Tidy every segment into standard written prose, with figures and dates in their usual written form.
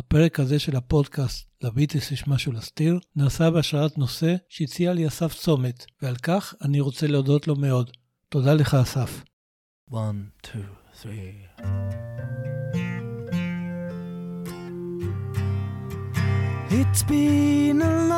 הפרק הזה של הפודקאסט לביטלס יש משהו להסתיר נעשה בהשראת נושא שהציע לי אסף צומת, ועל כך אני רוצה להודות לו מאוד. תודה לך אסף. 1, 2, 3 It's been a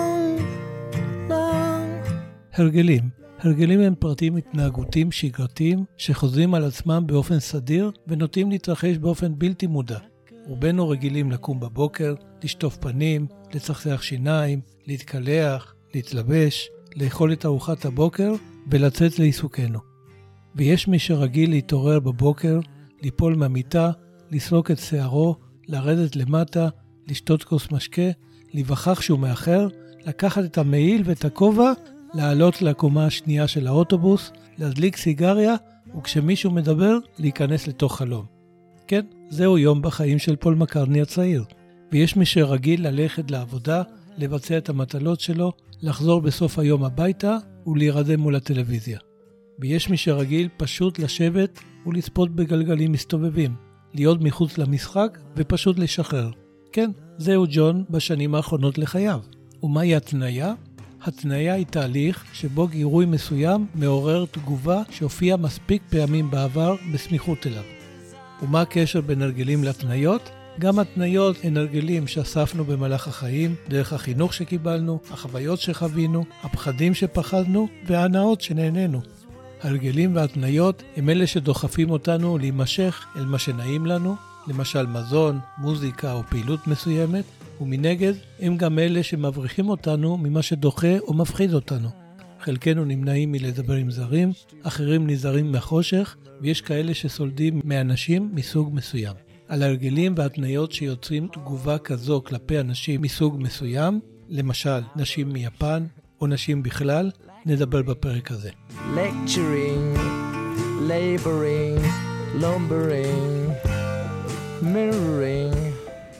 long הרגלים הם פרטים התנהגותיים שגרתיים שחוזרים על עצמם באופן סדיר ונוטים להתרחש באופן בלתי מודע. רובנו רגילים לקום בבוקר, לשטוף פנים, לצחצח שיניים, להתקלח, להתלבש, לאכול את ארוחת הבוקר ולצאת לעיסוקנו. ויש מי שרגיל להתעורר בבוקר, ליפול מהמיטה, לסרוק את שערו, לרדת למטה, לשתות כוס משקה, להיווכח שהוא מאחר, לקחת את המעיל ואת הכובע, לעלות לקומה השנייה של האוטובוס, להדליק סיגריה, וכשמישהו מדבר, להיכנס לתוך חלום. כן, זהו יום בחיים של פול מקרטני הצעיר. ויש מי שרגיל ללכת לעבודה, לבצע את המטלות שלו, לחזור בסוף היום הביתה ולהירדם מול הטלוויזיה. ויש מי שרגיל פשוט לשבת ולצפות בגלגלים מסתובבים, להיות מחוץ למשחק ופשוט לשחרר. כן, זהו ג'ון בשנים האחרונות לחייו. ומהי התניה? התניה היא תהליך שבו גירוי מסוים מעורר תגובה שהופיע מספיק פעמים בעבר בסמיכות אליו. ומה הקשר בין הרגלים לתניות? גם התניות הן הרגלים שאספנו במהלך החיים, דרך החינוך שקיבלנו, החוויות שחווינו, הפחדים שפחדנו וההנאות שנהנינו. הרגלים והתניות הם אלה שדוחפים אותנו להימשך אל מה שנעים לנו, למשל מזון, מוזיקה או פעילות מסוימת, ומנגד הם גם אלה שמבריחים אותנו ממה שדוחה או מפחיד אותנו. חלקנו נמנעים מלדבר עם זרים, אחרים נזהרים מהחושך, ויש כאלה שסולדים מאנשים מסוג מסוים. על הרגלים והתניות שיוצרים תגובה כזו כלפי אנשים מסוג מסוים, למשל נשים מיפן או נשים בכלל, נדבר בפרק הזה. Lecturing, laboring, lumbering, mirroring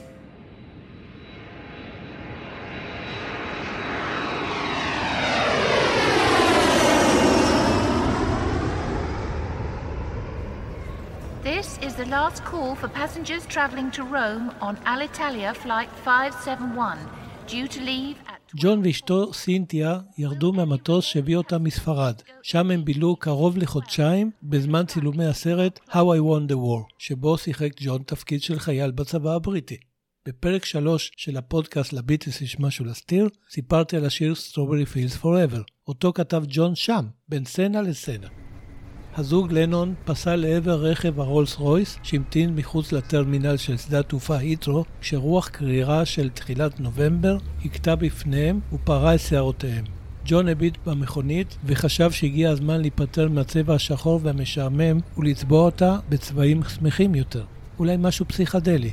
This is the last call for passengers traveling to Rome on Alitalia flight 571, due to leave at... ג'ון ואשתו סינתיה ירדו מהמטוס שהביא אותם מספרד. שם הם בילו קרוב לחודשיים בזמן צילומי הסרט How I Won the War, שבו שיחק ג'ון תפקיד של חייל בצבא הבריטי. בפרק 3 של הפודקאסט לביטלס יש משהו להסתיר, סיפרתי על השיר Strawberry Fields Forever. אותו כתב ג'ון שם, בין סצנה לסצנה. הזוג לנון פסע לעבר רכב הרולס רויס שהמתין מחוץ לטרמינל של שדה תעופה הית'רו, כשרוח קרירה של תחילת נובמבר הכתה בפניהם ופרה את שערותיהם. ג'ון הביט במכונית וחשב שהגיע הזמן להיפטר מהצבע השחור והמשעמם ולצבוע אותה בצבעים שמחים יותר. אולי משהו פסיכדלי.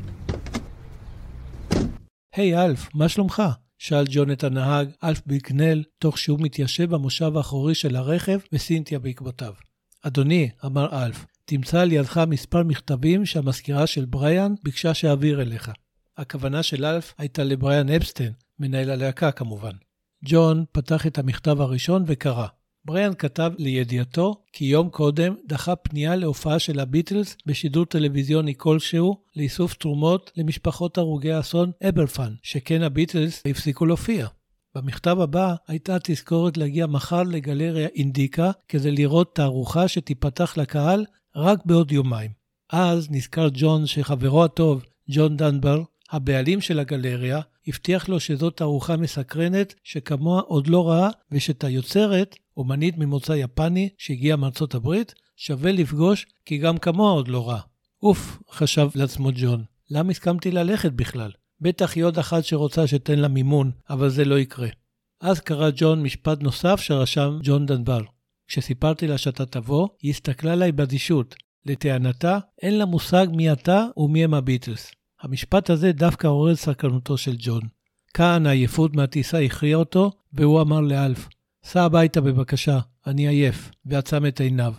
היי אלף, מה שלומך? שאל ג'ון את הנהג, אלף ביקנל, תוך שהוא מתיישב במושב האחורי של הרכב וסינתיה בעקבותיו. אדוני, אמר אלף, תמצא על ידך מספר מכתבים שהמזכירה של בריאן ביקשה שאעביר אליך. הכוונה של אלף הייתה לבריאן אפסטיין, מנהל הלהקה כמובן. ג'ון פתח את המכתב הראשון וקרא. בריאן כתב לידיעתו כי יום קודם דחה פנייה להופעה של הביטלס בשידור טלוויזיוני כלשהו לאיסוף תרומות למשפחות הרוגי אסון אברפן, שכן הביטלס הפסיקו להופיע. במכתב הבא הייתה תזכורת להגיע מחר לגלריה אינדיקה כדי לראות תערוכה שתיפתח לקהל רק בעוד יומיים. אז נזכר ג'ון שחברו הטוב, ג'ון דנבר, הבעלים של הגלריה, הבטיח לו שזאת תערוכה מסקרנת שכמוה עוד לא ראה ושאת היוצרת, אומנית ממוצא יפני שהגיעה מארצות הברית, שווה לפגוש כי גם כמוה עוד לא ראה. אוף, חשב לעצמו ג'ון, למה הסכמתי ללכת בכלל? בטח היא עוד אחת שרוצה שתן לה מימון, אבל זה לא יקרה. אז קרא ג'ון משפט נוסף שרשם ג'ון דנבר. כשסיפרתי לה שאתה תבוא, היא הסתכלה עליי באדישות. לטענתה, אין לה מושג מי אתה ומי הם הביטלס. המשפט הזה דווקא עורר סקרנותו של ג'ון. כאן העייפות מהטיסה הכריעה אותו, והוא אמר לאלף, סע הביתה בבקשה, אני עייף, ועצם את עיניו.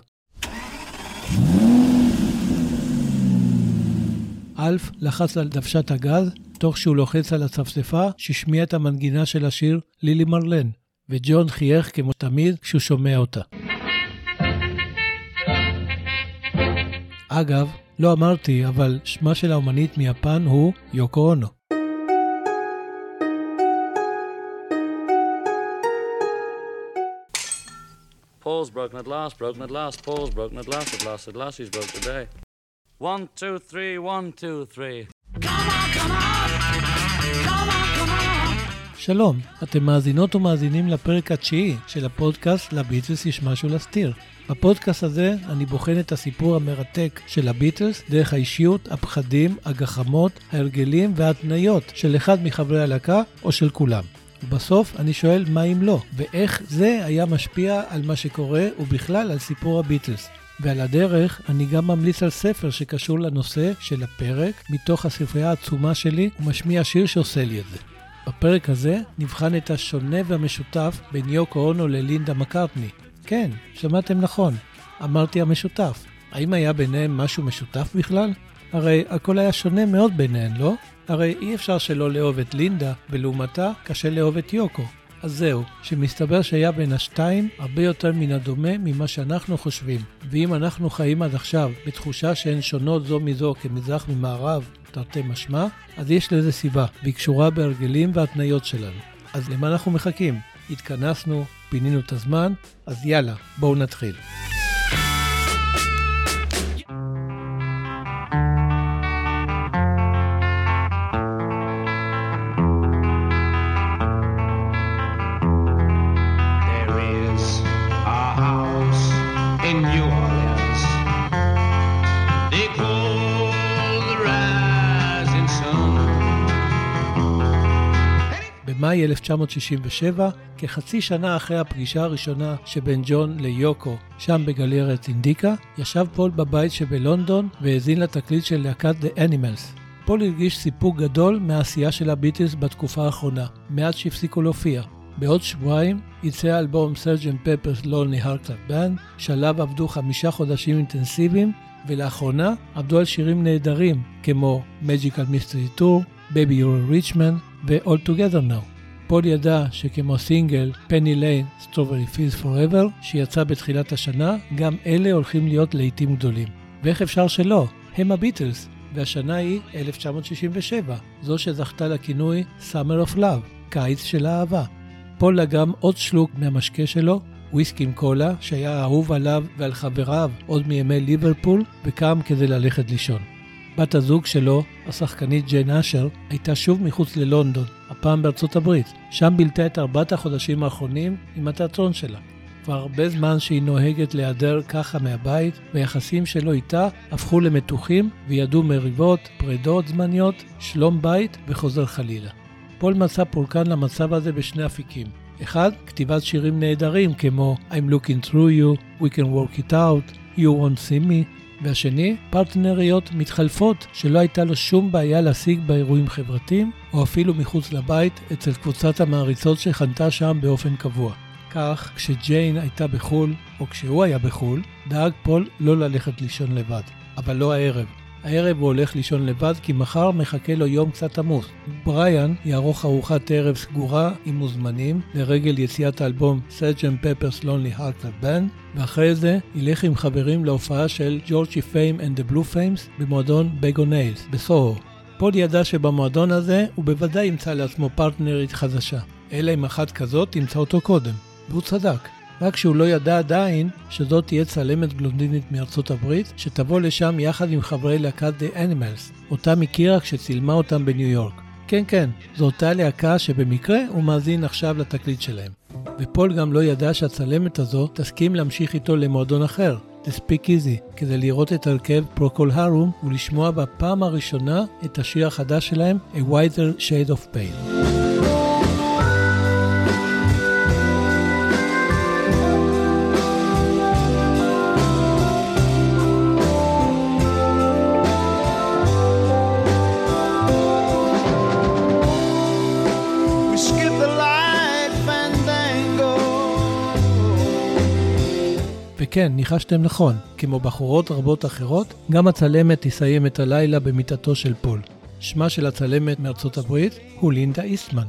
אלף לחץ על דוושת הגז, תוך שהוא לוחץ על הצפצפה ששמיע את המנגינה של השיר לילי מרלן, וג'ון חייך כמו תמיד כשהוא שומע אותה. אגב, לא אמרתי, אבל שמה של האומנית מיפן הוא יוקו אונו. Paul's broken at last, Paul's broken at last he's broke today. 1, 2, 3, 1, 2, 3. Come on. שלום, אתם מאזינות ומאזינים לפרק התשיעי של הפודקאסט לביטלס יש משהו להסתיר. בפודקאסט הזה אני בוחן את הסיפור המרתק של הביטלס דרך האישיות, הפחדים, הגחמות, ההרגלים וההתניות של אחד מחברי הלהקה או של כולם. ובסוף אני שואל מה אם לא, ואיך זה היה משפיע על מה שקורה ובכלל על סיפור הביטלס. ועל הדרך אני גם ממליץ על ספר שקשור לנושא של הפרק מתוך הספרייה העצומה שלי ומשמיע שיר שעושה לי את זה. בפרק הזה נבחן את השונה והמשותף בין יוקו אונו ללינדה מקארטני. כן, שמעתם נכון, אמרתי המשותף. האם היה ביניהם משהו משותף בכלל? הרי הכל היה שונה מאוד ביניהן, לא? הרי אי אפשר שלא לאהוב את לינדה, ולעומתה קשה לאהוב את יוקו. אז זהו, שמסתבר שהיה בין השתיים הרבה יותר מן הדומה ממה שאנחנו חושבים. ואם אנחנו חיים עד עכשיו בתחושה שהן שונות זו מזו כמזרח ממערב, תרתי משמע, אז יש לזה סיבה, והיא קשורה בהרגלים והתניות שלנו. אז למה אנחנו מחכים? התכנסנו, פינינו את הזמן, אז יאללה, בואו נתחיל. במאי 1967, כחצי שנה אחרי הפגישה הראשונה שבין ג'ון ליוקו, שם בגלריית אינדיקה, ישב פול בבית שבלונדון והאזין לתקליט של להקת The Animals. פול הרגיש סיפוק גדול מהעשייה של הביטלס בתקופה האחרונה, מאז שהפסיקו להופיע. בעוד שבועיים יצא אלבום Sgt. Pepper's Lonely Hearts Club Band, שעליו עבדו 5 חודשים אינטנסיביים, ולאחרונה עבדו על שירים נהדרים כמו Magical Mystery Tour, Baby You're a Rich Man ו-All Together Now. פול ידע שכמו סינגל Penny Lane, Strawberry Fields Forever, שיצא בתחילת השנה, גם אלה הולכים להיות לעיתים גדולים. ואיך אפשר שלא? הם הביטלס, והשנה היא 1967, זו שזכתה לכינוי Summer of Love, קיץ של האהבה. פול לגם עוד שלוק מהמשקה שלו, וויסקי עם קולה, שהיה אהוב עליו ועל חבריו עוד מימי ליברפול, וקם כדי ללכת לישון. בת הזוג שלו, השחקנית ג'יין אשר, הייתה שוב מחוץ ללונדון, הפעם בארצות הברית. שם בילתה את 4 החודשים האחרונים עם התיאטרון שלה. כבר הרבה זמן שהיא נוהגת להיעדר ככה מהבית, והיחסים שלו איתה הפכו למתוחים וידעו מריבות, פרדות זמניות, שלום בית וחוזר חלילה. פול מצא פולקן למצב הזה בשני אפיקים. אחד, כתיבת שירים נהדרים כמו I'm looking through you, we can work it out, you won't see me, והשני, פרטנריות מתחלפות שלא הייתה לו שום בעיה להשיג באירועים חברתיים, או אפילו מחוץ לבית אצל קבוצת המעריצות שחנתה שם באופן קבוע. כך, כשג'יין הייתה בחול, או כשהוא היה בחול, דאג פול לא ללכת לישון לבד. אבל לא הערב. הערב הוא הולך לישון לבד כי מחר מחכה לו יום קצת עמוס. בריאן יערוך ארוחת ערב סגורה עם מוזמנים לרגל יציאת האלבום Sgt. Pepper's Lonely Hearts Club Band, ואחרי זה ילך עם חברים להופעה של ג'ורג'י פיים and the Blue Fames במועדון בגו ניילס בסוהו. פול ידע שבמועדון הזה הוא בוודאי ימצא לעצמו פרטנרית חדשה. אלא אם אחת כזאת ימצא אותו קודם. והוא צדק. רק שהוא לא ידע עדיין שזאת תהיה צלמת בלונדינית מארצות הברית שתבוא לשם יחד עם חברי להקת The Animals, אותם הכירה כשצילמה אותם בניו יורק. כן, זו אותה להקה שבמקרה הוא מאזין עכשיו לתקליט שלהם. ופול גם לא ידע שהצלמת הזו תסכים להמשיך איתו למועדון אחר, The Speak Easy, כדי לראות את הרכב פרוקול הרום ולשמוע בפעם הראשונה את השיר החדש שלהם, A Wider Shade of Pale. וכן, ניחשתם נכון, כמו בחורות רבות אחרות, גם הצלמת תסיים את הלילה במיטתו של פול. שמה של הצלמת מארצות הברית הוא לינדה איסטמן.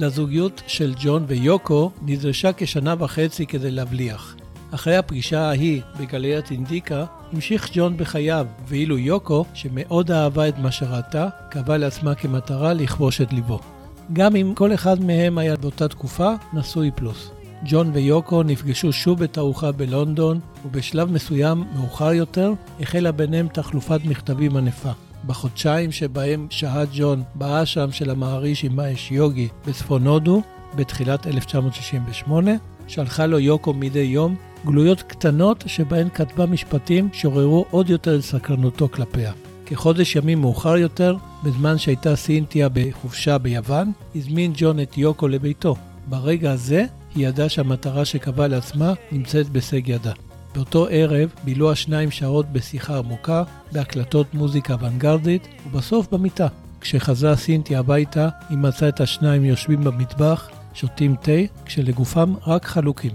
לזוגיות של ג'ון ויוקו נדרשה כשנה וחצי כדי להבליח. אחרי הפגישה ההיא בגליית אינדיקה, המשיך ג'ון בחייו, ואילו יוקו, שמאוד אהבה את מה שראתה, קבעה לעצמה כמטרה לכבוש את ליבו. גם אם כל אחד מהם היה באותה תקופה, נשוי פלוס. ג'ון ויוקו נפגשו שוב בתערוכה בלונדון, ובשלב מסוים, מאוחר יותר, החלה ביניהם תחלופת מכתבים ענפה. בחודשיים שבהם שהה ג'ון באשרם של המהרישי מאהש יוגי בצפון הודו, בתחילת 1968, שלחה לו יוקו מדי יום גלויות קטנות שבהן כתבה משפטים שעוררו עוד יותר את סקרנותו כלפיה. כחודש ימים מאוחר יותר, בזמן שהייתה סינתיה בחופשה ביוון, הזמין ג'ון את יוקו לביתו. ברגע הזה היא ידעה שהמטרה שקבעה לעצמה נמצאת בהישג ידה. באותו ערב בילו השניים שעות בשיחה עמוקה, בהקלטות מוזיקה אוונגרדית, ובסוף במיטה. כשחזרה סינתיה הביתה, היא מצאה את השניים יושבים במטבח, שותים תה, כשלגופם רק חלוקים.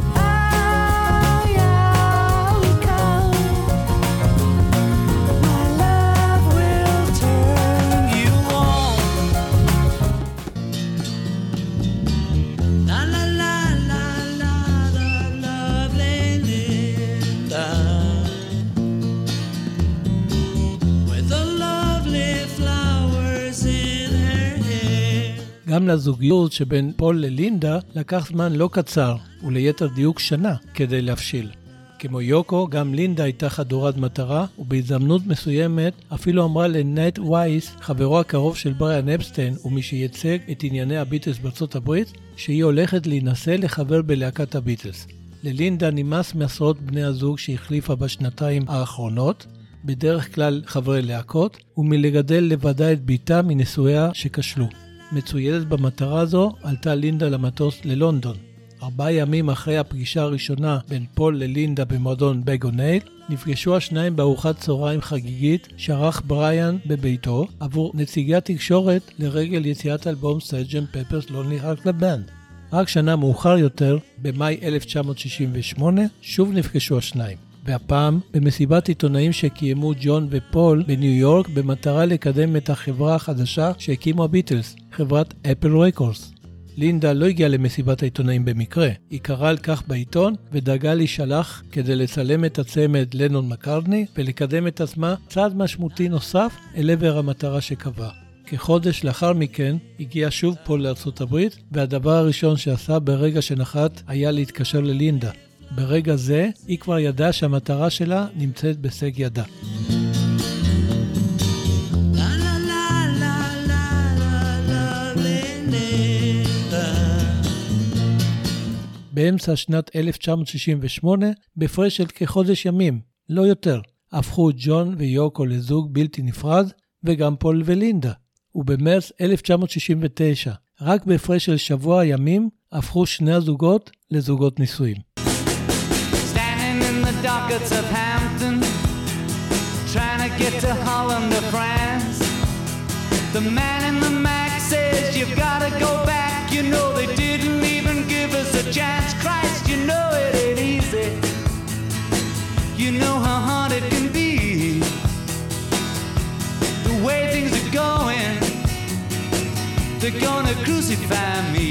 גם לזוגיות שבין פול ללינדה לקח זמן לא קצר, וליתר דיוק שנה, כדי להבשיל. כמו יוקו, גם לינדה הייתה חדורת מטרה, ובהזדמנות מסוימת אפילו אמרה לנט וייס, חברו הקרוב של בריאן אפסטיין ומי שייצג את ענייני הביטלס בארצות הברית, שהיא הולכת להינשא לחבר בלהקת הביטלס. ללינדה נמאס מעשרות בני הזוג שהחליפה בשנתיים האחרונות, בדרך כלל חברי להקות, ומלגדל לבדה את ביתה מנישואיה שכשלו. מצוידת במטרה זו, עלתה לינדה למטוס ללונדון. 4 ימים אחרי הפגישה הראשונה בין פול ללינדה במועדון בגונייל, נפגשו השניים בארוחת צהריים חגיגית שערך בריאן בביתו עבור נציגי התקשורת לרגל יציאת אלבום סרג'נט פפרס לונלי הארט קלאב בנד. רק שנה מאוחר יותר, במאי 1968, שוב נפגשו השניים. והפעם במסיבת עיתונאים שקיימו ג'ון ופול בניו יורק במטרה לקדם את החברה החדשה שהקימו הביטלס, חברת אפל רקורדס. לינדה לא הגיעה למסיבת העיתונאים במקרה, היא קראה על כך בעיתון ודאגה להישלח כדי לצלם את הצמד לנון מקרטני ולקדם את עצמה צעד משמעותי נוסף אל עבר המטרה שקבע. כחודש לאחר מכן הגיע שוב פול לארצות הברית, והדבר הראשון שעשה ברגע שנחת היה להתקשר ללינדה. ברגע זה היא כבר ידעה שהמטרה שלה נמצאת בהישג ידה. באמצע שנת 1968, בפרש של כחודש ימים, לא יותר, הפכו ג'ון ויוקו לזוג בלתי נפרד, וגם פול ולינדה. ובמרץ 1969, רק בהפרש של שבוע ימים, הפכו שני הזוגות לזוגות נישואים. Dockets of Hampton, trying to get to Holland or France. The man in the Mac says you've got to go back. You know they didn't even give us a chance. Christ, you know it ain't easy. You know how hard it can be. The way things are going, they're gonna crucify me.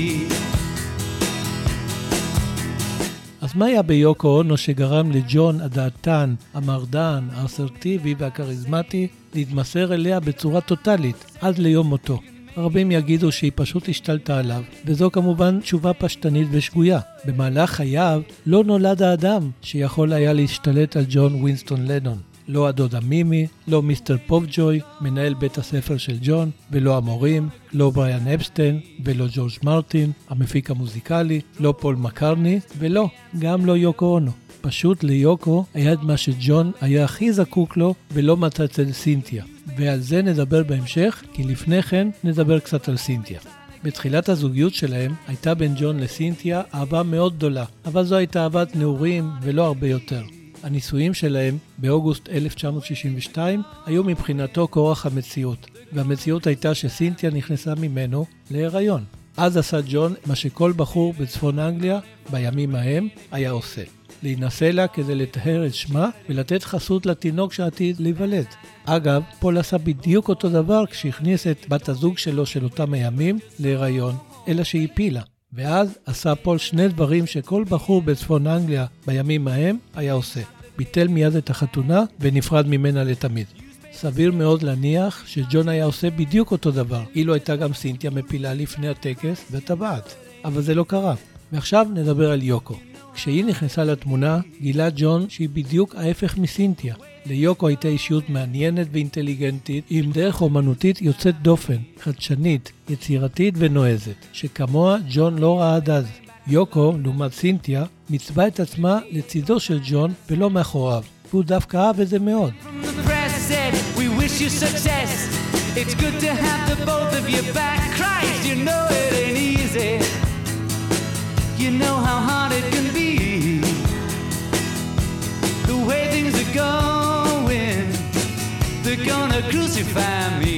אז מה היה ביוקו אונו שגרם לג'ון הדעתן, המרדן, האסרטיבי והכריזמטי להתמסר אליה בצורה טוטלית עד ליום מותו? רבים יגידו שהיא פשוט השתלטה עליו, וזו כמובן תשובה פשטנית ושגויה. במהלך חייו לא נולד האדם שיכול היה להשתלט על ג'ון ווינסטון לנון. לא הדודה מימי, לא מיסטר פופג'וי, מנהל בית הספר של ג'ון, ולא המורים, לא בריאן אפסטיין, ולא ג'ורג' מרטין, המפיק המוזיקלי, לא פול מקרטני, ולא, גם לא יוקו אונו. פשוט ליוקו היה את מה שג'ון היה הכי זקוק לו, ולא מצא אצל סינתיה. ועל זה נדבר בהמשך, כי לפני כן נדבר קצת על סינתיה. בתחילת הזוגיות שלהם הייתה בין ג'ון לסינתיה אהבה מאוד גדולה, אבל זו הייתה אהבת נעורים ולא הרבה יותר. הנישואים שלהם באוגוסט 1962 היו מבחינתו כורח המציאות, והמציאות הייתה שסינתיה נכנסה ממנו להיריון. אז עשה ג'ון מה שכל בחור בצפון אנגליה בימים ההם היה עושה. להינשא לה כדי לטהר את שמה ולתת חסות לתינוק שעתיד להיוולד. אגב, פול עשה בדיוק אותו דבר כשהכניס את בת הזוג שלו של אותם הימים להיריון, אלא שהיא פילה. ואז עשה פול שני דברים שכל בחור בצפון אנגליה בימים ההם היה עושה. ביטל מיד את החתונה ונפרד ממנה לתמיד. סביר מאוד להניח שג'ון היה עושה בדיוק אותו דבר, אילו הייתה גם סינתיה מפילה לפני הטקס וטבעת. אבל זה לא קרה. ועכשיו נדבר על יוקו. כשהיא נכנסה לתמונה, גילה ג'ון שהיא בדיוק ההפך מסינתיה. ליוקו הייתה אישיות מעניינת ואינטליגנטית, עם דרך אומנותית יוצאת דופן, חדשנית, יצירתית ונועזת, שכמוה ג'ון לא ראה עד אז. יוקו, לעומת סינתיה, מצבה את עצמה לצידו של ג'ון ולא מאחוריו, והוא דווקא אהב את זה מאוד. It's good to have the both of you back. Christ, you know it ain't easy. You know how hard it can be. The way things are going, they're gonna crucify me.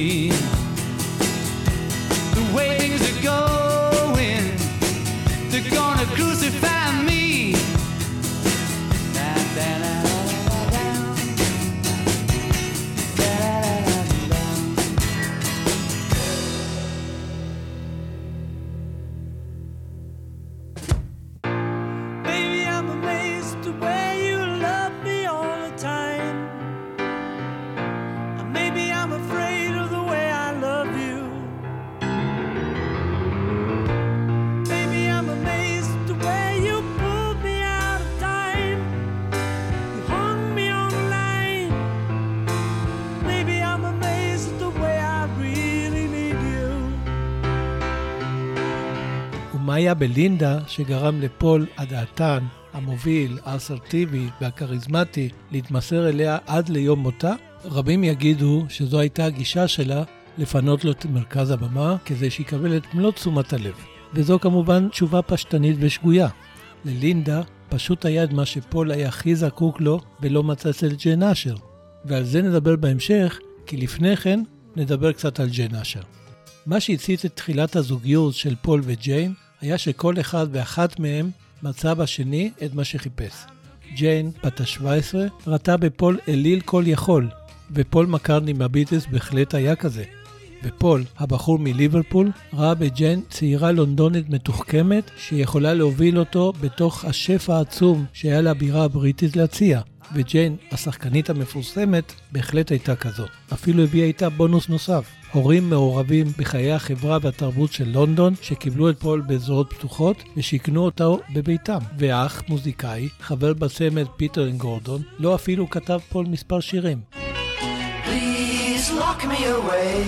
The way things are going, they're gonna crucify me. מה היה בלינדה שגרם לפול הדעתן, המוביל, האסרטיבי והכריזמטי להתמסר אליה עד ליום מותה? רבים יגידו שזו הייתה הגישה שלה לפנות לו את מרכז הבמה כדי שיקבל את מלוא תשומת הלב. וזו כמובן תשובה פשטנית ושגויה. ללינדה פשוט היה את מה שפול היה הכי זקוק לו ולא מצא אצל ג'יין אשר. ועל זה נדבר בהמשך, כי לפני כן נדבר קצת על ג'יין אשר. מה שהצית את תחילת הזוגיות של פול וג'יין היה שכל אחד ואחת מהם מצא בשני את מה שחיפש. ג'יין, בת ה-17, ראתה בפול אליל כל יכול, ופול מקרני מהביטלס בהחלט היה כזה. ופול, הבחור מליברפול, ראה בג'יין צעירה לונדונית מתוחכמת שיכולה להוביל אותו בתוך השפע העצום שהיה לבירה הבריטית להציע. וג'יין, השחקנית המפורסמת, בהחלט הייתה כזו. אפילו הביאה איתה בונוס נוסף. הורים מעורבים בחיי החברה והתרבות של לונדון שקיבלו את פול בזרועות פתוחות ושיקנו אותו בביתם. ואח, מוזיקאי, חבר בצמד פיטר גורדון, לא אפילו כתב פול מספר שירים. Please lock me away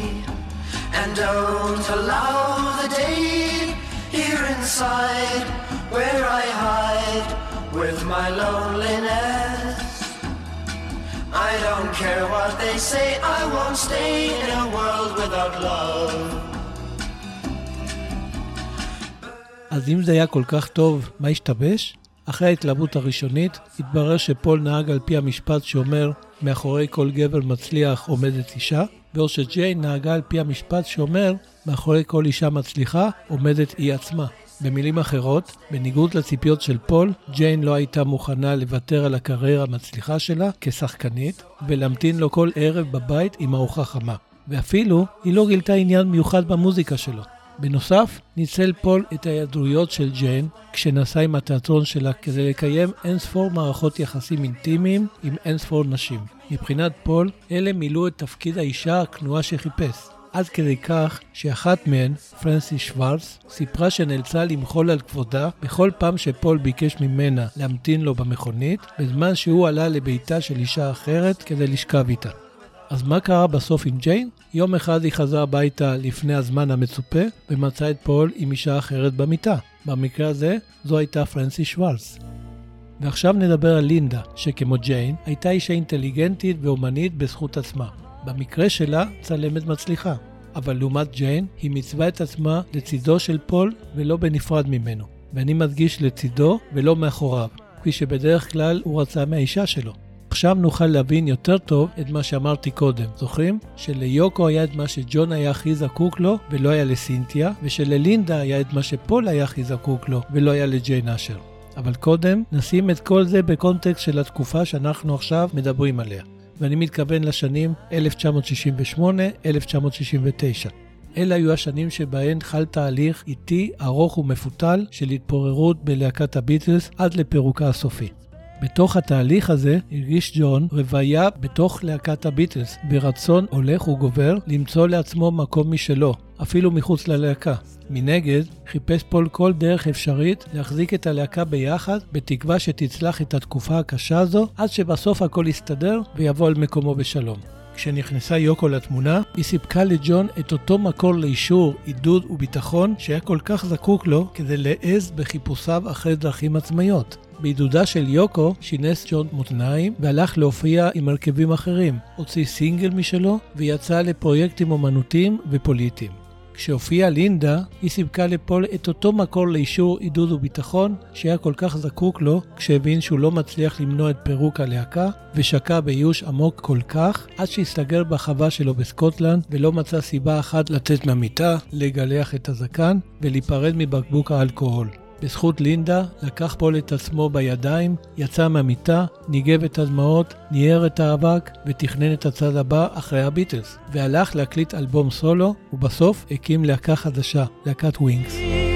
and don't allow the day here inside where I hide with my loneliness. I don't care what they say, I won't stay in a world without love. אז אם זה היה כל כך טוב, מה השתבש? אחרי ההתלהבות הראשונית, התברר שפול נהג על פי המשפט שאומר, מאחורי כל גבר מצליח עומדת אישה, בעוד שג'יין נהגה על פי המשפט שאומר, מאחורי כל אישה מצליחה עומדת היא עצמה. במילים אחרות, בניגוד לציפיות של פול, ג'יין לא הייתה מוכנה לוותר על הקריירה המצליחה שלה כשחקנית, ולהמתין לו כל ערב בבית עם ארוחה חמה. ואפילו, היא לא גילתה עניין מיוחד במוזיקה שלו. בנוסף, ניצל פול את ההיעדרויות של ג'יין כשנסע עם התיאטרון שלה כדי לקיים אינספור מערכות יחסים אינטימיים עם אינספור נשים. מבחינת פול, אלה מילאו את תפקיד האישה הכנועה שחיפש. עד כדי כך שאחת מהן, פרנסיס שוורץ, סיפרה שנאלצה למחול על כבודה בכל פעם שפול ביקש ממנה להמתין לו במכונית, בזמן שהוא עלה לביתה של אישה אחרת כדי לשכב איתה. אז מה קרה בסוף עם ג'יין? יום אחד היא חזרה הביתה לפני הזמן המצופה ומצאה את פול עם אישה אחרת במיטה. במקרה הזה, זו הייתה פרנסיס שוורץ. ועכשיו נדבר על לינדה, שכמו ג'יין, הייתה אישה אינטליגנטית ואומנית בזכות עצמה. במקרה שלה, צלמת מצליחה. אבל לעומת ג'יין, היא מצווה את עצמה לצידו של פול ולא בנפרד ממנו. ואני מדגיש לצידו ולא מאחוריו, כפי שבדרך כלל הוא רצה מהאישה שלו. עכשיו נוכל להבין יותר טוב את מה שאמרתי קודם. זוכרים? שליוקו היה את מה שג'ון היה הכי זקוק לו ולא היה לסינתיה, ושללינדה היה את מה שפול היה הכי זקוק לו ולא היה לג'יין אשר. אבל קודם נשים את כל זה בקונטקסט של התקופה שאנחנו עכשיו מדברים עליה. ואני מתכוון לשנים 1968-1969. אלה היו השנים שבהן חל תהליך איטי, ארוך ומפותל של התפוררות בלהקת הביטלס עד לפירוקה הסופי. בתוך התהליך הזה הרגיש ג'ון רוויה בתוך להקת הביטלס, ברצון הולך וגובר למצוא לעצמו מקום משלו, אפילו מחוץ ללהקה. מנגד, חיפש פול כל דרך אפשרית להחזיק את הלהקה ביחד, בתקווה שתצלח את התקופה הקשה הזו, עד שבסוף הכל יסתדר ויבוא על מקומו בשלום. כשנכנסה יוקו לתמונה, היא סיפקה לג'ון את אותו מקור לאישור, עידוד וביטחון שהיה כל כך זקוק לו כדי לעז בחיפושיו אחרי דרכים עצמאיות. בעידודה של יוקו שינס ג'ון מותניים והלך להופיע עם הרכבים אחרים, הוציא סינגל משלו ויצא לפרויקטים אומנותיים ופוליטיים. כשהופיעה לינדה, היא סיפקה לפול את אותו מקור לאישור, עידוד וביטחון שהיה כל כך זקוק לו כשהבין שהוא לא מצליח למנוע את פירוק הלהקה, ושקע בייאוש עמוק כל כך עד שהסתגר בחווה שלו בסקוטלנד ולא מצא סיבה אחת לצאת מהמיטה, לגלח את הזקן ולהיפרד מבקבוק האלכוהול. בזכות לינדה לקח פול את עצמו בידיים, יצא מהמיטה, ניגב את הדמעות, ניער את האבק ותכנן את הצד הבא אחרי הביטלס, והלך להקליט אלבום סולו, ובסוף הקים להקה חדשה, להקת ווינגס.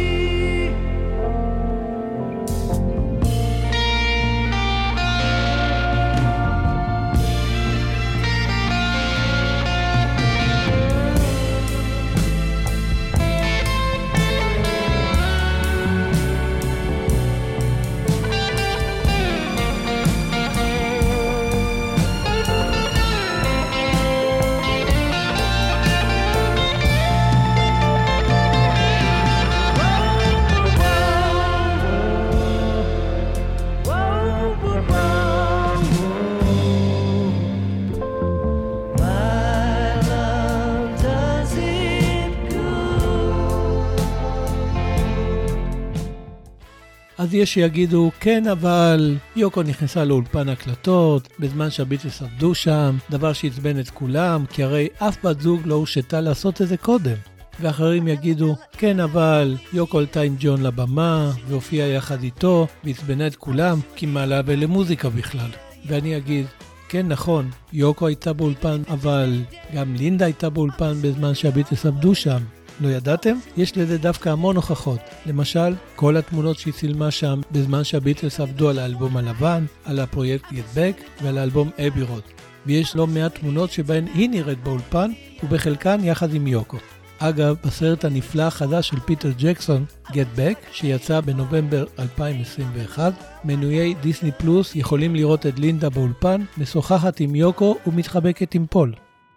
אז יש שיגידו, כן, אבל יוקו נכנסה לאולפן הקלטות, בזמן שהביטלס עבדו שם, דבר שעצבן את כולם, כי הרי אף בת זוג לא הושתה לעשות את זה קודם. ואחרים יגידו, כן, אבל יוקו עלתה עם ג'ון לבמה, והופיעה יחד איתו, והצבנה את כולם, כי מה לה ולמוזיקה בכלל. ואני אגיד, כן, נכון, יוקו הייתה באולפן, אבל גם לינדה הייתה באולפן בזמן שהביטלס עבדו שם. לא ידעתם? יש לזה דווקא המון הוכחות. למשל, כל התמונות שהיא צילמה שם בזמן שהביטלס עבדו על האלבום הלבן, על הפרויקט Get Back ועל האלבום Abbey Road. ויש לא מעט תמונות שבהן היא נראית באולפן, ובחלקן יחד עם יוקו. אגב, בסרט הנפלא החדש של פיטר ג'קסון, Get Back, שיצא בנובמבר 2021, מנויי דיסני פלוס יכולים לראות את לינדה באולפן, משוחחת עם יוקו ומתחבקת עם פול.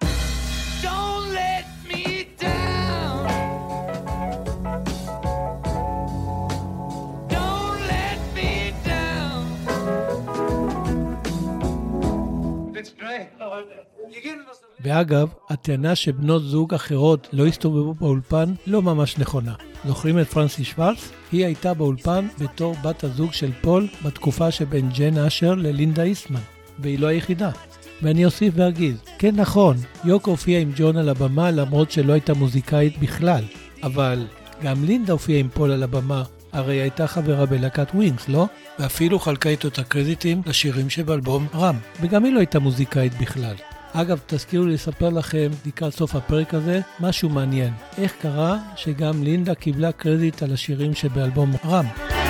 ואגב, הטענה שבנות זוג אחרות לא הסתובבו באולפן לא ממש נכונה. זוכרים את פרנסי שוורץ? היא הייתה באולפן בתור בת הזוג של פול בתקופה שבין ג'ן אשר ללינדה איסטמן, והיא לא היחידה. ואני אוסיף ואגיד, כן, נכון, יוקו הופיעה עם ג'ון על הבמה למרות שלא הייתה מוזיקאית בכלל, אבל גם לינדה הופיעה עם פול על הבמה, הרי הייתה חברה בלהקת ווינגס, לא? ואפילו חלקה איתו את הקרדיטים לשירים שבאלבום רם, וגם היא לא הייתה מוזיקאית בכלל. אגב, תזכירו לי לספר לכם לקראת סוף הפרק הזה משהו מעניין. איך קרה שגם לינדה קיבלה קרדיט על השירים שבאלבום רם?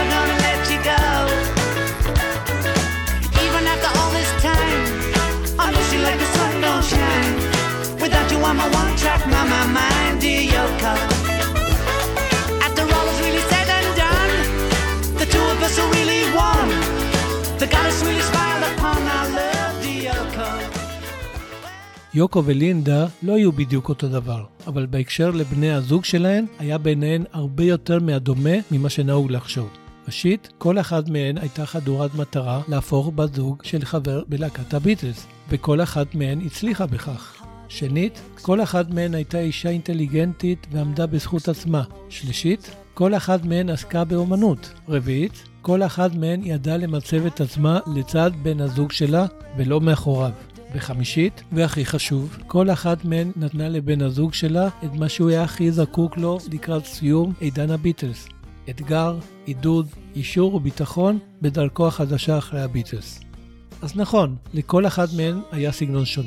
יוקו ולינדה לא היו בדיוק אותו דבר, אבל בהקשר לבני הזוג שלהן, היה ביניהן הרבה יותר מהדומה ממה שנהוג לחשוב. ראשית, כל אחת מהן הייתה חדורת מטרה להפוך בת זוג של חבר בלהקת הביטלס, וכל אחת מהן הצליחה בכך. שנית, כל אחת מהן הייתה אישה אינטליגנטית ועמדה בזכות עצמה. שלישית, כל אחת מהן עסקה באומנות. רביעית, כל אחת מהן ידעה למצב את עצמה לצד בן הזוג שלה ולא מאחוריו. וחמישית, והכי חשוב, כל אחת מהן נתנה לבן הזוג שלה את מה שהוא היה הכי זקוק לו לקראת סיום עידן הביטלס. אתגר, עידוד, אישור וביטחון בדרכו החדשה אחרי הביטלס. אז נכון, לכל אחת מהן היה סגנון שונה.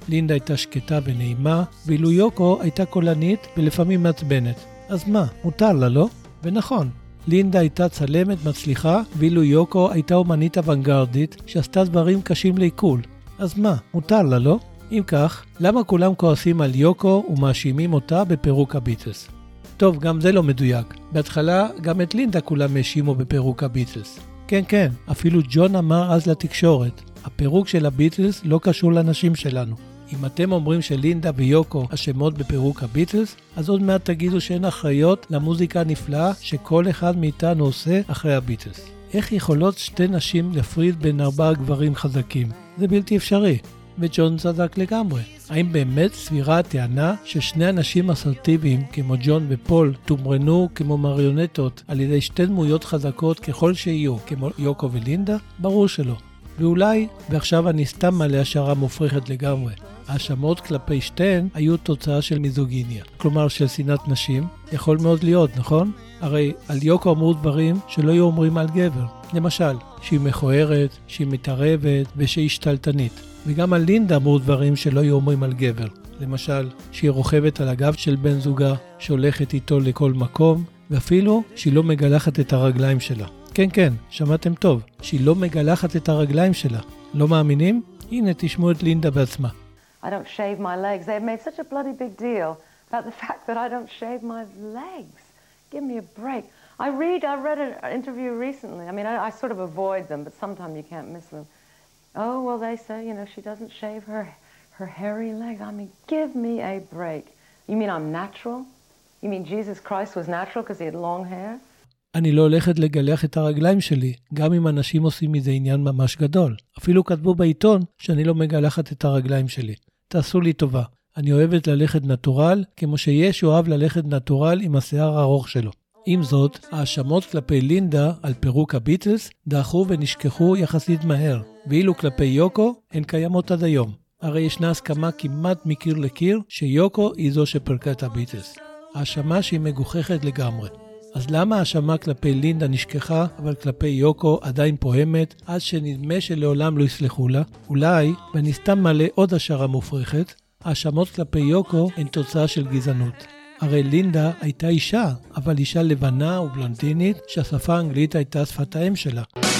לינדה הייתה שקטה ונעימה, ואילו יוקו הייתה קולנית ולפעמים מעצבנת. אז מה, מותר לה, לא? ונכון, לינדה הייתה צלמת מצליחה, ואילו יוקו הייתה אומנית אוונגרדית שעשתה דברים קשים לעיכול. אז מה, מותר לה, לא? אם כך, למה כולם כועסים על יוקו ומאשימים אותה בפירוק הביטלס? טוב, גם זה לא מדויק. בהתחלה גם את לינדה כולם האשימו בפירוק הביטלס. כן, אפילו ג'ון אמר אז לתקשורת, הפירוק של הביטלס לא קשור לאנשים שלנו. אם אתם אומרים שלינדה ויוקו אשמות בפירוק הביטלס, אז עוד מעט תגידו שהן אחראיות למוזיקה הנפלאה שכל אחד מאיתנו עושה אחרי הביטלס. איך יכולות שתי נשים להפריד בין 4 גברים חזקים? זה בלתי אפשרי. וג'ון צדק לגמרי. האם באמת סבירה הטענה ששני אנשים אסרטיביים כמו ג'ון ופול תומרנו כמו מריונטות על ידי שתי דמויות חזקות ככל שיהיו, כמו יוקו ולינדה? ברור שלא. ואולי, ועכשיו אני סתם מעלה השערה מופרכת לגמרי, האשמות כלפי שתיהן היו תוצאה של מיזוגיניה, כלומר של שנאת נשים. יכול מאוד להיות, נכון? הרי על יוקו אמרו דברים שלא היו אומרים על גבר. למשל, שהיא מכוערת, שהיא מתערבת ושהיא שתלטנית. וגם על לינדה אמרו דברים שלא היו אומרים על גבר. למשל, שהיא רוכבת על הגב של בן זוגה, שהולכת איתו לכל מקום, ואפילו שהיא לא מגלחת את הרגליים שלה. כן, שמעתם טוב, שהיא לא מגלחת את הרגליים שלה. לא מאמינים? הנה, תשמעו את לינדה בעצמה. I don't shave my legs. They made such a bloody big deal about the fact that I don't shave my legs. Give me a break. I read an interview recently. I mean, I sort of avoid them, but sometimes you can't miss them. Oh, well, they say, she doesn't shave her hairy legs. I mean, give me a break. You mean I'm natural? You mean Jesus Christ was natural because he had long hair? אני לא הולכת לגלח את הרגליים שלי, גם אם אנשים עושים מזה עניין ממש גדול. אפילו כתבו בעיתון שאני לא מגלחת את הרגליים שלי. תעשו לי טובה. אני אוהבת ללכת נטורל, כמו שישו אוהב ללכת נטורל עם השיער הארוך שלו. עם זאת, האשמות כלפי לינדה על פירוק הביטלס דעכו ונשכחו יחסית מהר, ואילו כלפי יוקו הן קיימות עד היום. הרי ישנה הסכמה כמעט מקיר לקיר שיוקו היא זו שפרקה את הביטלס. האשמה שהיא מגוחכת לגמרי. אז למה האשמה כלפי לינדה נשכחה, אבל כלפי יוקו עדיין פוהמת, עד שנדמה שלעולם לא יסלחו לה? אולי, ואני סתם מעלה עוד השערה מופרכת, האשמות כלפי יוקו הן תוצאה של גזענות. הרי לינדה הייתה אישה, אבל אישה לבנה ובלונדינית שהשפה האנגלית הייתה שפת האם שלה.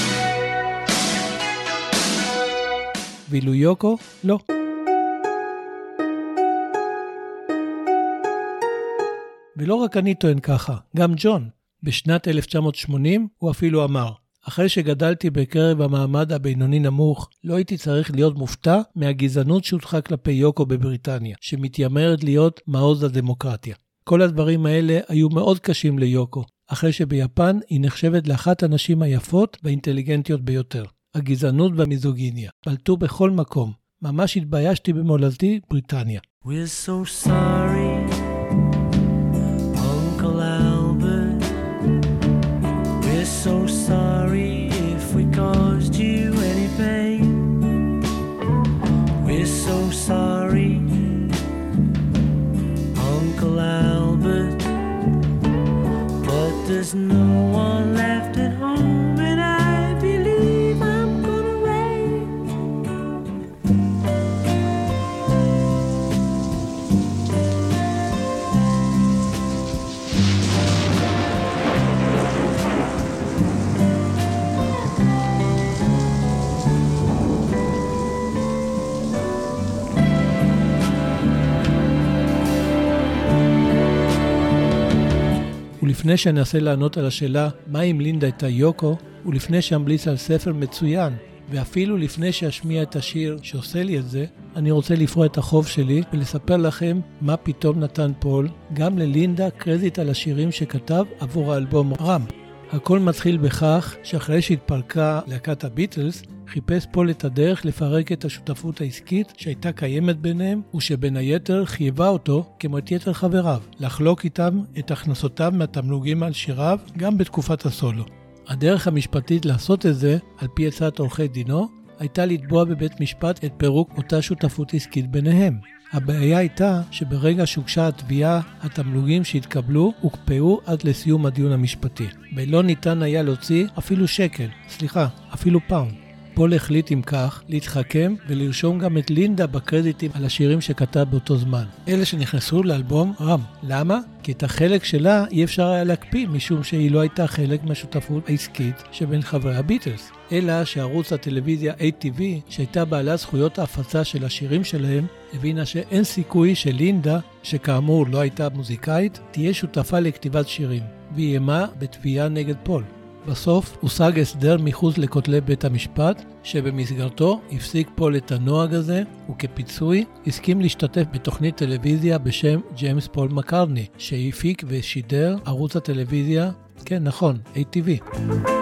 ואילו יוקו, לא. ולא רק אני טוען ככה, גם ג'ון. בשנת 1980 הוא אפילו אמר, אחרי שגדלתי בקרב המעמד הבינוני נמוך, לא הייתי צריך להיות מופתע מהגזענות שהודחה כלפי יוקו בבריטניה, שמתיימרת להיות מעוז הדמוקרטיה. כל הדברים האלה היו מאוד קשים ליוקו, אחרי שביפן היא נחשבת לאחת הנשים היפות והאינטליגנטיות ביותר. הגזענות והמיזוגיניה בלטו בכל מקום. ממש התביישתי במולדתי, בריטניה. We're so sorry, Uncle Albert. We're so sorry if we caused you any pain. We're so sorry, Uncle Albert. But there's no one left at home, and I believe I'm gonna rain. ולפני שאני אנסה לענות על השאלה מה אם לינדה הייתה יוקו, ולפני שאמליץ על ספר מצוין, ואפילו לפני שאשמיע את השיר שעושה לי את זה, אני רוצה לפרוע את החוב שלי ולספר לכם מה פתאום נתן פול גם ללינדה קרדיט על השירים שכתב עבור האלבום ראמפ. הכל מתחיל בכך שאחרי שהתפרקה להקת הביטלס, חיפש פול את הדרך לפרק את השותפות העסקית שהייתה קיימת ביניהם, ושבין היתר חייבה אותו, כמו את יתר חבריו, לחלוק איתם את הכנסותיו מהתמלוגים על שיריו גם בתקופת הסולו. הדרך המשפטית לעשות את זה, על פי הצעת עורכי דינו, הייתה לתבוע בבית משפט את פירוק אותה שותפות עסקית ביניהם. הבעיה הייתה שברגע שהוגשה התביעה, התמלוגים שהתקבלו הוקפאו עד לסיום הדיון המשפטי. ולא ניתן היה להוציא אפילו שקל, אפילו פאונד. פול החליט עם כך להתחכם ולרשום גם את לינדה בקרדיטים על השירים שכתב באותו זמן. אלה שנכנסו לאלבום רם. למה? כי את החלק שלה אי אפשר היה להקפיא, משום שהיא לא הייתה חלק מהשותפות העסקית שבין חברי הביטלס. אלא שערוץ הטלוויזיה ATV, שהייתה בעלת זכויות ההפצה של השירים שלהם, הבינה שאין סיכוי שלינדה, שכאמור לא הייתה מוזיקאית, תהיה שותפה לכתיבת שירים, ואיימה בתביעה נגד פול. בסוף הושג הסדר מחוץ לכותלי בית המשפט, שבמסגרתו הפסיק פול את הנוהג הזה, וכפיצוי הסכים להשתתף בתוכנית טלוויזיה בשם ג'יימס פול מקרטני, שהפיק ושידר ערוץ הטלוויזיה, כן נכון, ATV.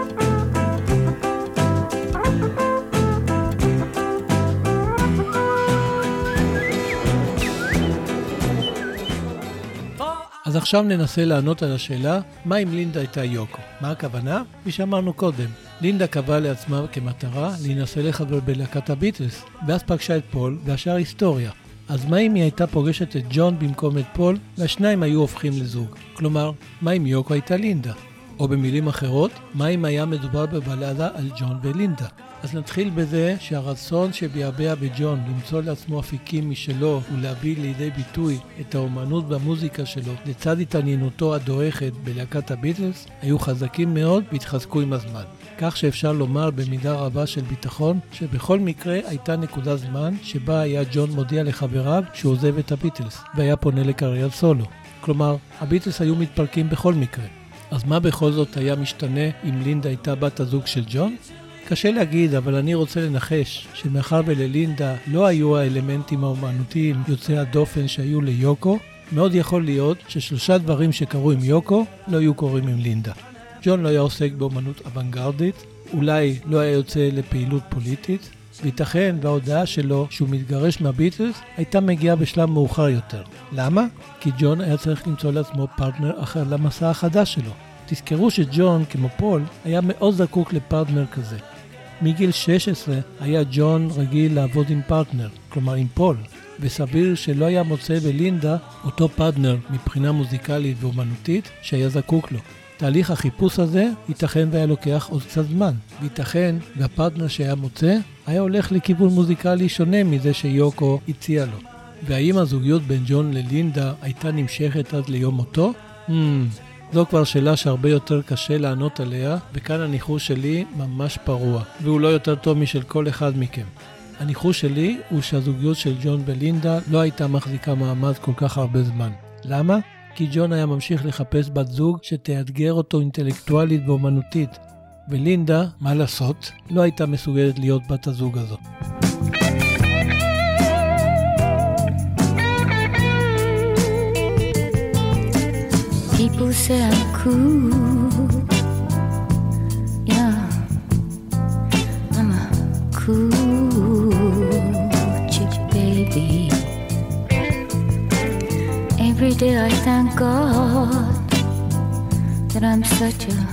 אז עכשיו ננסה לענות על השאלה, מה אם לינדה הייתה יוקו? מה הכוונה? כפי שאמרנו קודם, לינדה קבעה לעצמה כמטרה להינשא לחבר בלהקת הביטלס, ואז פגשה את פול והשאר היסטוריה. אז מה אם היא הייתה פוגשת את ג'ון במקום את פול, והשניים היו הופכים לזוג? כלומר, מה אם יוקו הייתה לינדה? או במילים אחרות, מה אם היה מדובר בבלדה על ג'ון ולינדה? אז נתחיל בזה שהרצון שביעבע בג'ון למצוא לעצמו אפיקים משלו ולהביא לידי ביטוי את האומנות והמוזיקה שלו לצד התעניינותו הדועכת בלהקת הביטלס היו חזקים מאוד והתחזקו עם הזמן. כך שאפשר לומר במידה רבה של ביטחון שבכל מקרה הייתה נקודה זמן שבה היה ג'ון מודיע לחבריו שהוא עוזב את הביטלס והיה פונה לקריירת סולו. כלומר, הביטלס היו מתפרקים בכל מקרה. אז מה בכל זאת היה משתנה אם לינדה הייתה בת הזוג של ג'ון? קשה להגיד, אבל אני רוצה לנחש שמאחר וללינדה לא היו האלמנטים האומנותיים יוצאי הדופן שהיו ליוקו, מאוד יכול להיות ששלושה דברים שקרו עם יוקו לא היו קורים עם לינדה. ג'ון לא היה עוסק באומנות אוונגרדית, אולי לא היה יוצא לפעילות פוליטית, וייתכן וההודעה שלו שהוא מתגרש מהביטלס הייתה מגיעה בשלב מאוחר יותר. למה? כי ג'ון היה צריך למצוא לעצמו פרטנר אחר למסע החדש שלו. תזכרו שג'ון, כמו פול, היה מאוד זקוק לפרטנר כזה. מגיל 16 היה ג'ון רגיל לעבוד עם פרטנר, כלומר עם פול, וסביר שלא היה מוצא בלינדה אותו פרטנר מבחינה מוזיקלית ואומנותית שהיה זקוק לו. תהליך החיפוש הזה ייתכן והיה לוקח עוד קצת זמן, וייתכן והפרטנר שהיה מוצא היה הולך לכיוון מוזיקלי שונה מזה שיוקו הציע לו. והאם הזוגיות בין ג'ון ללינדה הייתה נמשכת עד ליום מותו? זו כבר שאלה שהרבה יותר קשה לענות עליה, וכאן הניחוש שלי ממש פרוע, והוא לא יותר טוב משל כל אחד מכם. הניחוש שלי הוא שהזוגיות של ג'ון ולינדה לא הייתה מחזיקה מעמד כל כך הרבה זמן. למה? כי ג'ון היה ממשיך לחפש בת זוג שתאתגר אותו אינטלקטואלית ואומנותית, ולינדה, מה לעשות, לא הייתה מסוגלת להיות בת הזוג הזו. People say I'm cool, yeah, I'm a cool chick, baby. Every day I thank God that I'm such a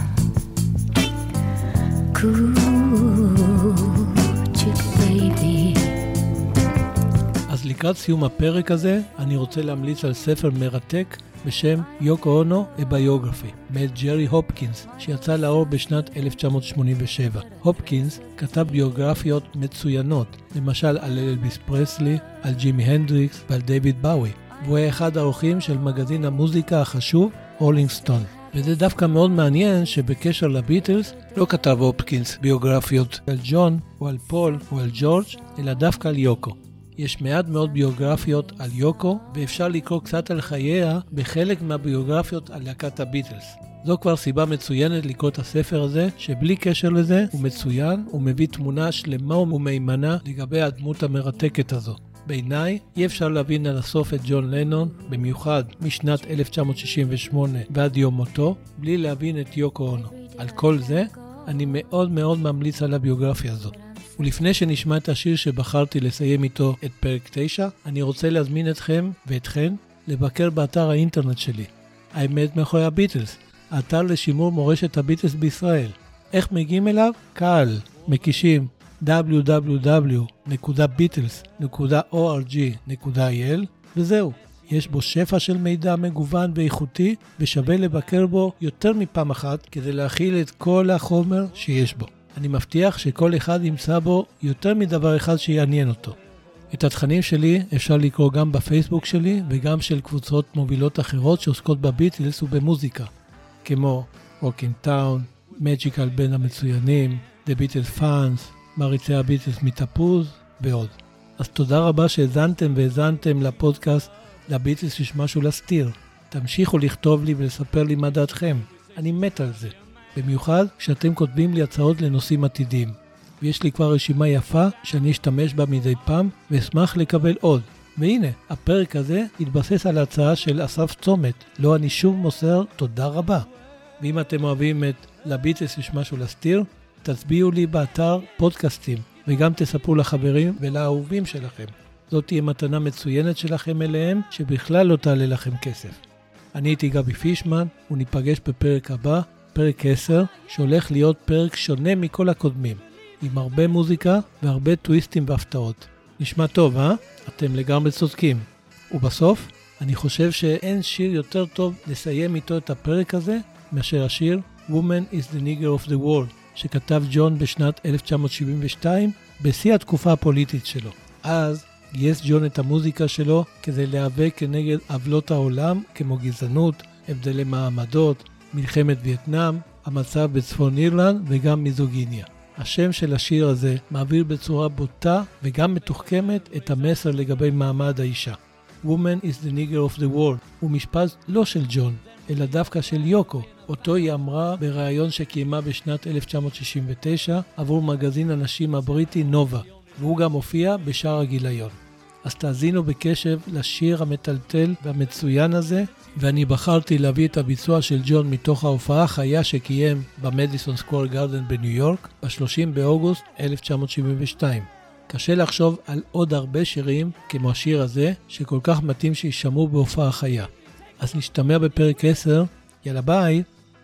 cool chick, baby. אז לקראת סיום הפרק הזה, אני רוצה להמליץ על ספר מרתק בשם יוקו אונו, A Biography, מאת ג'רי הופקינס, שיצא לאור בשנת 1987. הופקינס כתב ביוגרפיות מצוינות, למשל על אלביס פרסלי, על ג'ימי הנדריקס ועל דיוויד באוי, והוא היה אחד העורכים של מגזין המוזיקה החשוב, רולינג סטון. וזה דווקא מאוד מעניין שבקשר לביטלס לא כתב הופקינס ביוגרפיות על ג'ון או על פול או על ג'ורג', אלא דווקא על יוקו. יש מעט מאוד ביוגרפיות על יוקו, ואפשר לקרוא קצת על חייה בחלק מהביוגרפיות על להקת הביטלס. זו כבר סיבה מצוינת לקרוא את הספר הזה, שבלי קשר לזה הוא מצוין, הוא מביא תמונה שלמה ומהימנה לגבי הדמות המרתקת הזו. בעיניי, אי אפשר להבין עד הסוף את ג'ון לנון, במיוחד משנת 1968 ועד יום מותו, בלי להבין את יוקו אונו. על כל זה, אני מאוד מאוד ממליץ על הביוגרפיה הזו. ולפני שנשמע את השיר שבחרתי לסיים איתו את פרק 9, אני רוצה להזמין אתכם ואתכן לבקר באתר האינטרנט שלי. האמת מאחורי הביטלס, האתר לשימור מורשת הביטלס בישראל. איך מגיעים אליו? קל, מקישים www.beatles.org.il וזהו. יש בו שפע של מידע מגוון ואיכותי, ושווה לבקר בו יותר מפעם אחת כדי להכיל את כל החומר שיש בו. אני מבטיח שכל אחד ימצא בו יותר מדבר אחד שיעניין אותו. את התכנים שלי אפשר לקרוא גם בפייסבוק שלי וגם של קבוצות מובילות אחרות שעוסקות בביטלס ובמוזיקה, כמו Rockin' Town, Magical בין המצוינים, The Beatles Fans, מעריצי הביטלס מתפוז ועוד. אז תודה רבה שהזנתם והזנתם לפודקאסט לביטלס יש משהו להסתיר. תמשיכו לכתוב לי ולספר לי מה דעתכם. אני מת על זה. במיוחד כשאתם כותבים לי הצעות לנושאים עתידיים. ויש לי כבר רשימה יפה שאני אשתמש בה מדי פעם ואשמח לקבל עוד. והנה, הפרק הזה התבסס על ההצעה של אסף צומת. לא אני שוב מוסר תודה רבה. ואם אתם אוהבים את לביטלס יש משהו להסתיר, תצביעו לי באתר פודקאסטים וגם תספרו לחברים ולאהובים שלכם. זאת תהיה מתנה מצוינת שלכם אליהם שבכלל לא תעלה לכם כסף. אני הייתי גבי פישמן וניפגש בפרק הבא, פרק 10, שהולך להיות פרק שונה מכל הקודמים, עם הרבה מוזיקה והרבה טוויסטים והפתעות. נשמע טוב, אתם לגמרי צודקים. ובסוף, אני חושב שאין שיר יותר טוב לסיים איתו את הפרק הזה מאשר השיר Woman is the Nigger of the World, שכתב ג'ון בשנת 1972 בשיא התקופה הפוליטית שלו. אז גייס ג'ון את המוזיקה שלו כדי להיאבק כנגד עוולות העולם כמו גזענות, הבדלי מעמדות, מלחמת וייטנאם, המצב בצפון אירלנד וגם מיזוגיניה. השם של השיר הזה מעביר בצורה בוטה וגם מתוחכמת את המסר לגבי מעמד האישה. Woman is the Nigger of the World הוא משפט לא של ג'ון, אלא דווקא של יוקו, אותו היא אמרה בראיון שקיימה בשנת 1969 עבור מגזין הנשים הבריטי נובה, והוא גם הופיע בשער הגיליון. אז תאזינו בקשב לשיר המטלטל והמצוין הזה, ואני בחרתי להביא את הביצוע של ג'ון מתוך ההופעה החיה שקיים במדיסון סקוור גארדן בניו יורק ב-30 באוגוסט 1972. קשה לחשוב על עוד הרבה שירים כמו השיר הזה שכל כך מתאים שישמעו בהופעה חיה. אז נשתמע בפרק 10, יאללה ביי.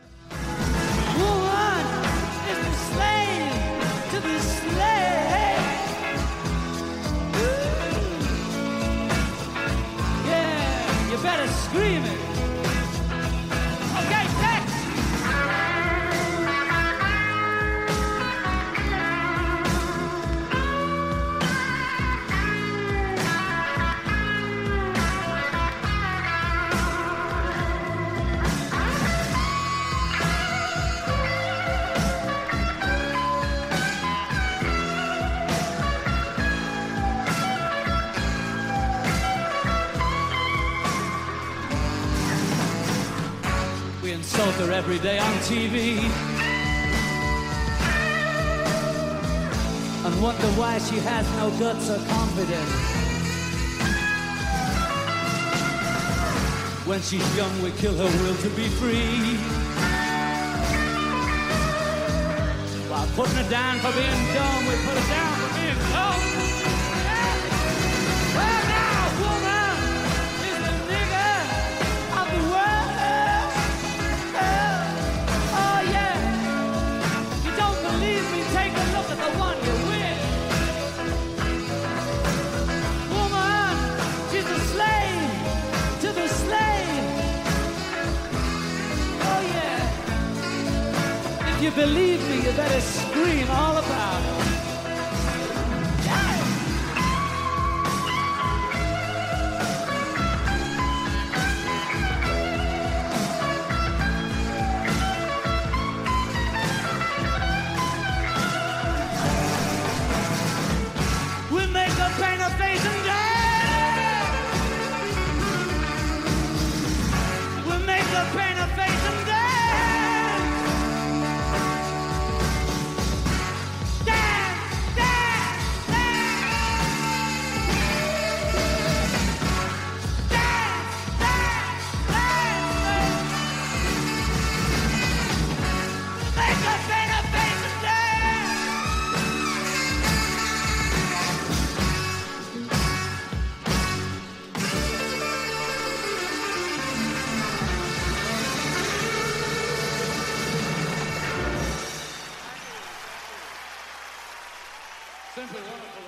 Insult her every day on TV and wonder why she has no guts or confidence. When she's young we kill her will to be free, while putting her down for being dumb we put her down for being dumb. Well now, woman is the nigger of the world. If you believe me, you better scream all about it. We make her paint her face and dance. We make her paint her face and dance. Simply wonderful.